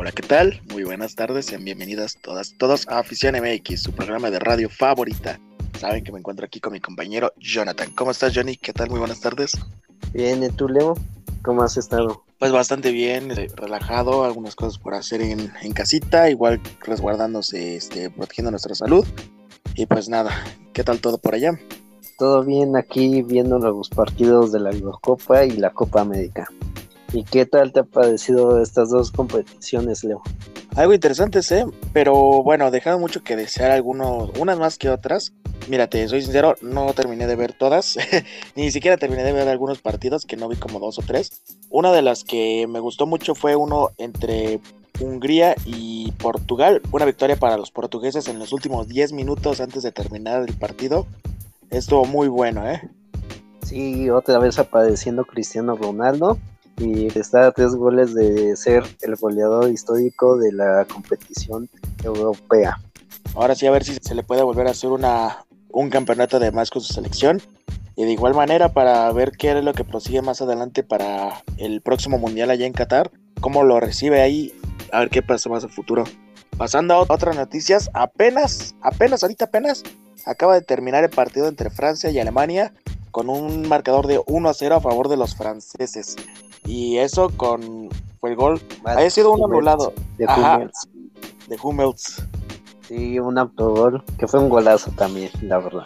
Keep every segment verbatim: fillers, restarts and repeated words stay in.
Hola, ¿qué tal? Muy buenas tardes, sean bienvenidas todas, todos a Afición M X, su programa de radio favorita. Saben que me encuentro aquí con mi compañero Jonathan. ¿Cómo estás, Johnny? ¿Qué tal? Muy buenas tardes. Bien, ¿y tú, Leo? ¿Cómo has estado? Pues bastante bien, eh, relajado, algunas cosas por hacer en, en casita, igual resguardándose, este, protegiendo nuestra salud. Y pues nada, ¿qué tal todo por allá? Todo bien aquí viendo los partidos de la Eurocopa y la Copa América. ¿Y qué tal te ha parecido estas dos competiciones, Leo? Algo interesante, ¿eh? Pero bueno, dejando mucho que desear algunos, unas más que otras. Mírate, soy sincero, no terminé de ver todas, ni siquiera terminé de ver algunos partidos, que no vi como dos o tres. Una de las que me gustó mucho fue uno entre Hungría y Portugal, una victoria para los portugueses en los últimos diez minutos antes de terminar el partido. Estuvo muy bueno, ¿eh? Sí, otra vez apareciendo Cristiano Ronaldo y está a tres goles de ser el goleador histórico de la competición europea. Ahora sí, a ver si se le puede volver a hacer una, un campeonato de más con su selección. Y de igual manera para ver qué es lo que prosigue más adelante para el próximo mundial allá en Qatar, cómo lo recibe ahí, a ver qué pasa más a futuro. Pasando a otras noticias, apenas, apenas, ahorita apenas, acaba de terminar el partido entre Francia y Alemania con un marcador de uno a cero a favor de los franceses. Y eso con, fue el gol, había sido un anulado. De Ajá, Hummels. de Hummels. Sí, un autogol, que fue un golazo también, la verdad.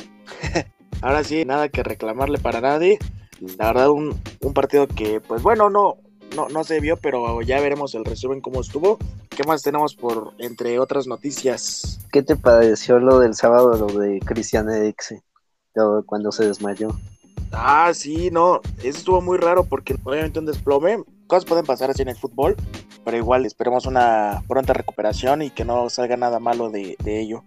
Ahora sí, nada que reclamarle para nadie. La verdad, un, un partido que, pues bueno, no, no, no se vio, pero ya veremos el resumen cómo estuvo. ¿Qué más tenemos por entre otras noticias? ¿Qué te pareció lo del sábado, lo de Christian Eriksen, lo- cuando se desmayó? Ah, sí, no, eso estuvo muy raro porque obviamente un desplome, cosas pueden pasar así en el fútbol, pero igual esperemos una pronta recuperación y que no salga nada malo de, de ello.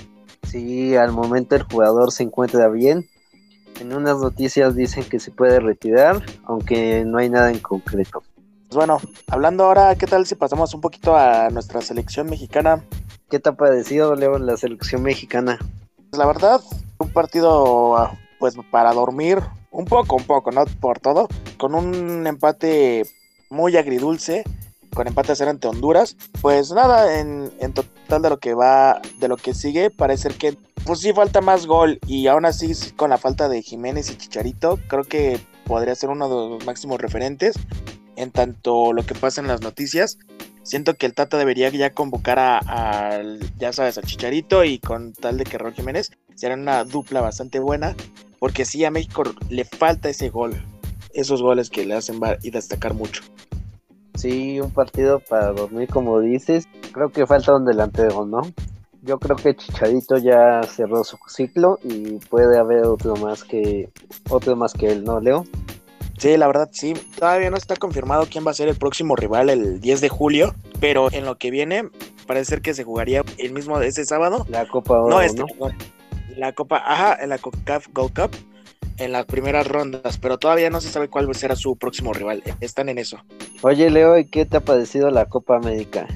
Sí, al momento el jugador se encuentra bien. En unas noticias dicen que se puede retirar, aunque no hay nada en concreto. Pues bueno, hablando ahora, ¿qué tal si pasamos un poquito a nuestra selección mexicana? ¿Qué te ha parecido, Leo, la selección mexicana? Pues la verdad, un partido pues para dormir, un poco, un poco, no por todo, con un empate muy agridulce, con empate a cero ante Honduras. Pues nada, en, en total de lo que va, de lo que sigue, parece que pues sí falta más gol y aún así con la falta de Jiménez y Chicharito, creo que podría ser uno de los máximos referentes en tanto lo que pasa en las noticias. Siento que el Tata debería ya convocar a, a ya sabes, al Chicharito y con tal de que Raúl Jiménez será una dupla bastante buena, porque sí a México le falta ese gol, esos goles que le hacen y destacar mucho. Sí, un partido para dormir, como dices. Creo que falta un delantero, ¿no? Yo creo que Chicharito ya cerró su ciclo y puede haber otro más que otro más que él, ¿no, Leo? Sí, la verdad sí, todavía no está confirmado quién va a ser el próximo rival el diez de julio, pero en lo que viene parece ser que se jugaría el mismo de ese sábado. La Copa Oro, No, este, ¿no? la Copa, ajá, en la CONCACAF Gold Cup, en las primeras rondas, pero todavía no se sabe cuál será su próximo rival. Están en eso. Oye, Leo, ¿y qué te ha parecido la Copa América?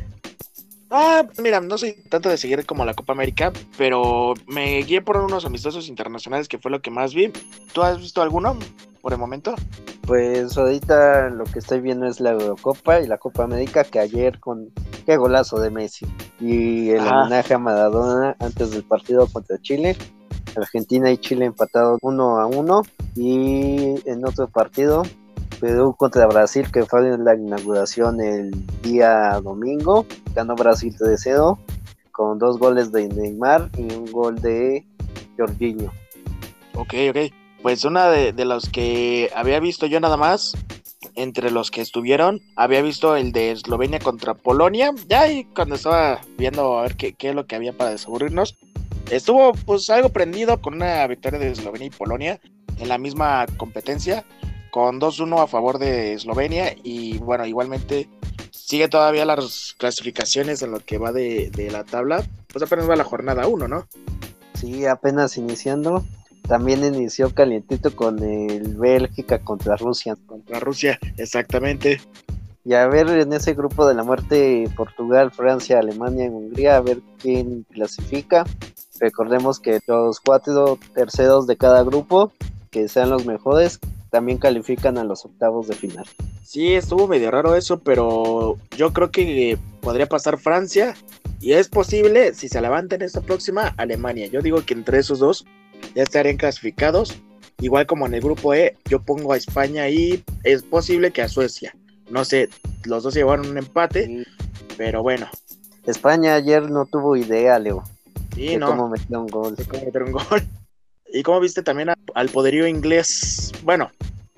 Ah, mira, no soy tanto de seguir como la Copa América, pero me guié por unos amistosos internacionales que fue lo que más vi. ¿Tú has visto alguno por el momento? Pues ahorita lo que estoy viendo es la Eurocopa y la Copa América, que ayer con qué golazo de Messi y el Ajá. homenaje a Maradona antes del partido contra Chile. Argentina y Chile empatados uno a uno, y en otro partido Perú contra Brasil, que fue en la inauguración el día domingo, ganó Brasil tres cero con dos goles de Neymar y un gol de Jorginho. Ok, ok. Pues una de, de los que había visto yo nada más, entre los que estuvieron, había visto el de Eslovenia contra Polonia. Ya ahí cuando estaba viendo a ver qué, qué es lo que había para desaburrirnos, estuvo pues algo prendido con una victoria de Eslovenia y Polonia en la misma competencia, con dos uno a favor de Eslovenia. Y bueno, igualmente sigue todavía las clasificaciones en lo que va de, de la tabla, pues apenas va la jornada uno, ¿no? Sí, apenas iniciando. También inició calientito con el Bélgica contra Rusia. Contra Rusia, exactamente. Y a ver en ese grupo de la muerte, Portugal, Francia, Alemania y Hungría, a ver quién clasifica. Recordemos que los cuatro terceros de cada grupo, que sean los mejores, también califican a los octavos de final. Sí, estuvo medio raro eso, pero yo creo que podría pasar Francia y es posible, si se levantan esta próxima, Alemania. Yo digo que entre esos dos ya estarían clasificados. Igual como en el grupo E, yo pongo a España y es posible que a Suecia. No sé, los dos llevaron un empate, sí. Pero bueno. España ayer no tuvo idea, Leo. Sí, de no. cómo meter un gol. De cómo meter un gol. ¿Y cómo viste también a, al poderío inglés? Bueno.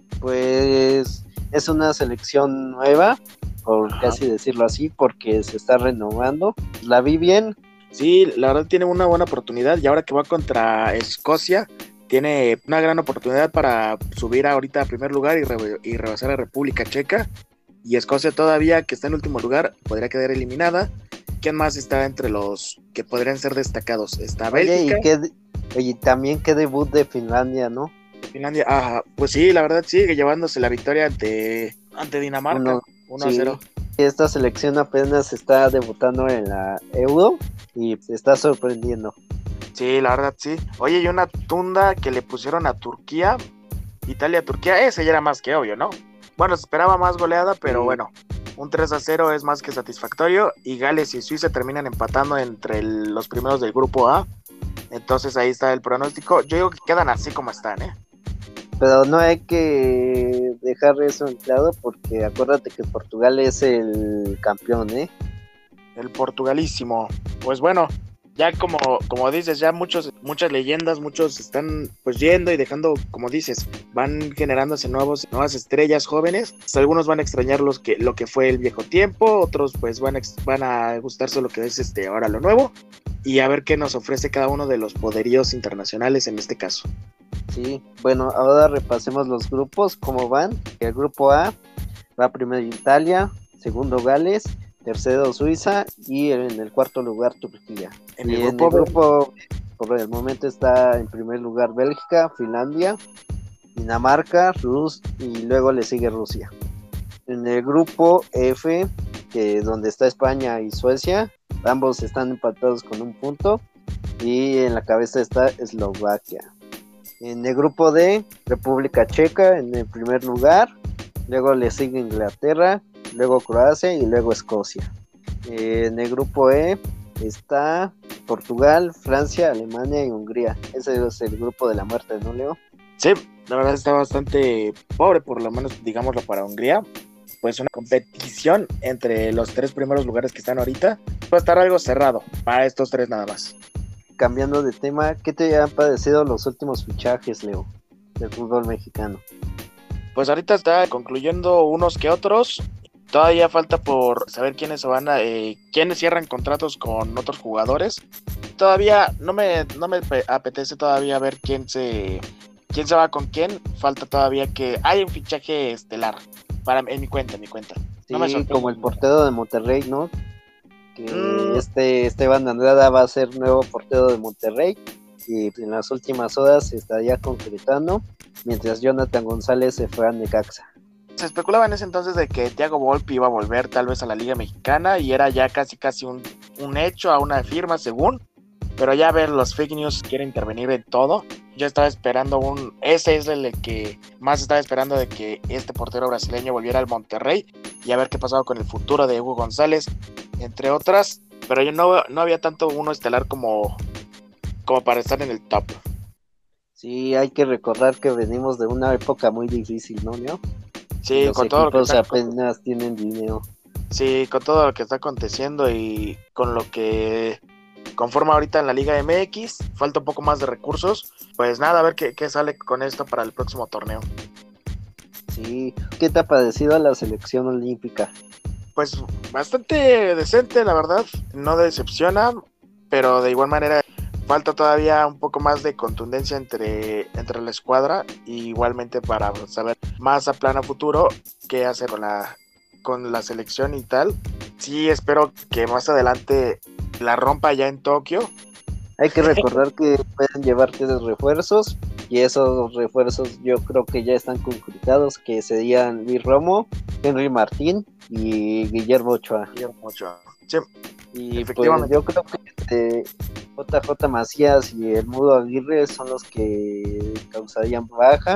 Pues es una selección nueva, por Ajá. casi decirlo así, porque se está renovando. La vi bien. Sí, la verdad tiene una buena oportunidad y ahora que va contra Escocia, tiene una gran oportunidad para subir ahorita a primer lugar y, re- y rebasar a República Checa. Y Escocia todavía, que está en último lugar, podría quedar eliminada. ¿Quién más está entre los que podrían ser destacados? Está Oye, Bélgica. Y, qué, y también qué debut de Finlandia, ¿no? Finlandia, ajá, pues sí, la verdad sigue llevándose la victoria ante, ante Dinamarca, uno a cero. Esta selección apenas está debutando en la Euro y se está sorprendiendo. Sí, la verdad sí. Oye, y una tunda que le pusieron a Turquía, Italia-Turquía, ese ya era más que obvio, ¿no? Bueno, se esperaba más goleada, pero sí. Bueno, un tres a cero es más que satisfactorio y Gales y Suiza terminan empatando entre el, los primeros del grupo A. Entonces ahí está el pronóstico. Yo digo que quedan así como están, ¿eh? Pero no hay que dejar eso en claro porque acuérdate que Portugal es el campeón, ¿eh? El portugalísimo. Pues bueno, ya como, como dices, ya muchos, muchas leyendas, muchos están pues yendo y dejando, como dices, van generándose nuevos, nuevas estrellas jóvenes. Algunos van a extrañar los que, lo que fue el viejo tiempo, otros pues van a, van a gustarse lo que es este ahora lo nuevo y a ver qué nos ofrece cada uno de los poderíos internacionales en este caso. Sí, bueno, ahora repasemos los grupos, cómo van. El grupo A va primero Italia, segundo Gales, tercero Suiza y en el cuarto lugar Turquía. En y el en grupo, el grupo por el momento está en primer lugar Bélgica, Finlandia, Dinamarca, Rus y luego le sigue Rusia. En el grupo F, que donde está España y Suecia, ambos están empatados con un punto y en la cabeza está Eslovaquia. En el grupo D, República Checa en el primer lugar, luego le sigue Inglaterra, luego Croacia y luego Escocia. En el grupo E está Portugal, Francia, Alemania y Hungría. Ese es el grupo de la muerte, ¿no, Leo? Sí, la verdad está bastante pobre, por lo menos digámoslo para Hungría. Pues una competición entre los tres primeros lugares que están ahorita va a estar algo cerrado para estos tres nada más. Cambiando de tema, ¿qué te han parecido los últimos fichajes, Leo, del fútbol mexicano? Pues ahorita está concluyendo unos que otros. Todavía falta por saber quiénes se van a, eh, quiénes cierran contratos con otros jugadores. Todavía no me, no me apetece todavía ver quién se, quién se va con quién. Falta todavía que hay un fichaje estelar para en mi cuenta, en mi cuenta. Sí, no me como el portero de Monterrey, ¿no? Que mm. este Esteban Andrada va a ser nuevo portero de Monterrey y en las últimas horas se estaría concretando, mientras Jonathan González se fue a Necaxa. Se especulaba en ese entonces de que Thiago Volpi iba a volver tal vez a la Liga Mexicana y era ya casi casi un, un hecho, a una firma según, pero ya ver los fake news quieren intervenir en todo. Yo estaba esperando un, ese es el que más estaba esperando de que este portero brasileño volviera al Monterrey y a ver qué pasaba con el futuro de Hugo González, entre otras, pero yo no, no había tanto uno estelar como, como para estar en el top. Sí, hay que recordar que venimos de una época muy difícil, ¿no, Leo? Sí, los con todo lo que está, apenas con... tienen dinero. Sí, con todo lo que está aconteciendo y con lo que conforma ahorita en la Liga M X, falta un poco más de recursos. Pues nada, a ver qué, qué sale con esto para el próximo torneo. Sí, ¿qué te ha parecido a la selección olímpica? Pues bastante decente, la verdad, no decepciona, pero de igual manera falta todavía un poco más de contundencia entre, entre la escuadra y igualmente para saber más a plano futuro qué hacer con la, con la selección y tal. Sí, espero que más adelante la rompa ya en Tokio. Hay que recordar que pueden llevar tres refuerzos y esos refuerzos yo creo que ya están concretados, que serían Luis Romo, Henry Martín y Guillermo Ochoa. Guillermo Ochoa. Sí, y pues yo creo que eh, J J Macías y el Mudo Aguirre son los que causarían baja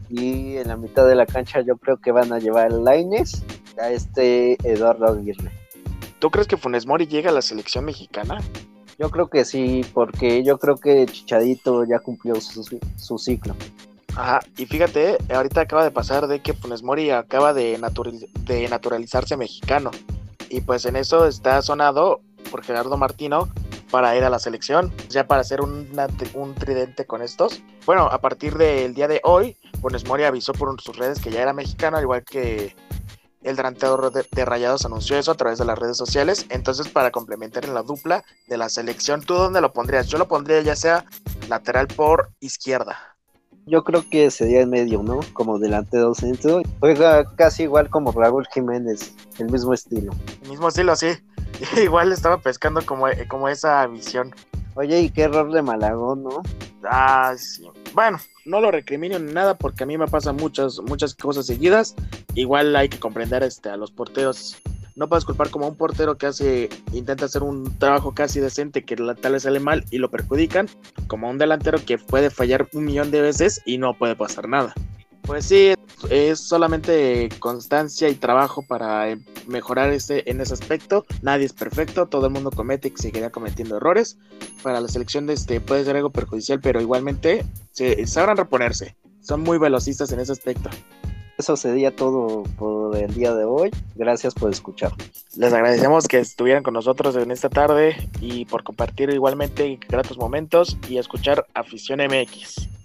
Y en la mitad de la cancha yo creo que van a llevar el Lainez a este Eduardo Aguirre. ¿Tú crees que Funes Mori llega a la selección mexicana? Yo creo que sí, porque yo creo que Chicharito ya cumplió su, su ciclo. Ajá, y fíjate, ahorita acaba de pasar de que Funes Mori acaba de, natural, de naturalizarse mexicano. Y pues en eso está sonado por Gerardo Martino para ir a la selección, ya para hacer un, un tridente con estos. Bueno, a partir del día de hoy, Funes Mori avisó por sus redes que ya era mexicano, al igual que el delantero de, de Rayados anunció eso a través de las redes sociales. Entonces, para complementar en la dupla de la selección, ¿tú dónde lo pondrías? Yo lo pondría ya sea lateral por izquierda. Yo creo que sería en medio, ¿no? Como delantero centro. Juega casi igual como Raúl Jiménez, el mismo estilo. El mismo estilo, sí. Igual estaba pescando como, como esa visión. Oye, y qué error de Malagón, ¿no? Ah, sí. Bueno, no lo recrimino ni nada porque a mí me pasan muchas, muchas cosas seguidas. Igual hay que comprender este, a los porteros. No puedes culpar como a un portero que hace, intenta hacer un trabajo casi decente que tal vez sale mal y lo perjudican, como a un delantero que puede fallar un millón de veces y no puede pasar nada. Pues sí, es solamente constancia y trabajo para mejorar ese, en ese aspecto. Nadie es perfecto, todo el mundo comete y seguirá cometiendo errores. Para la selección de este puede ser algo perjudicial, pero igualmente se, sabrán reponerse. Son muy velocistas en ese aspecto. Eso sería todo por el día de hoy. Gracias por escuchar. Les agradecemos que estuvieran con nosotros en esta tarde y por compartir igualmente gratos momentos y escuchar Afición M X.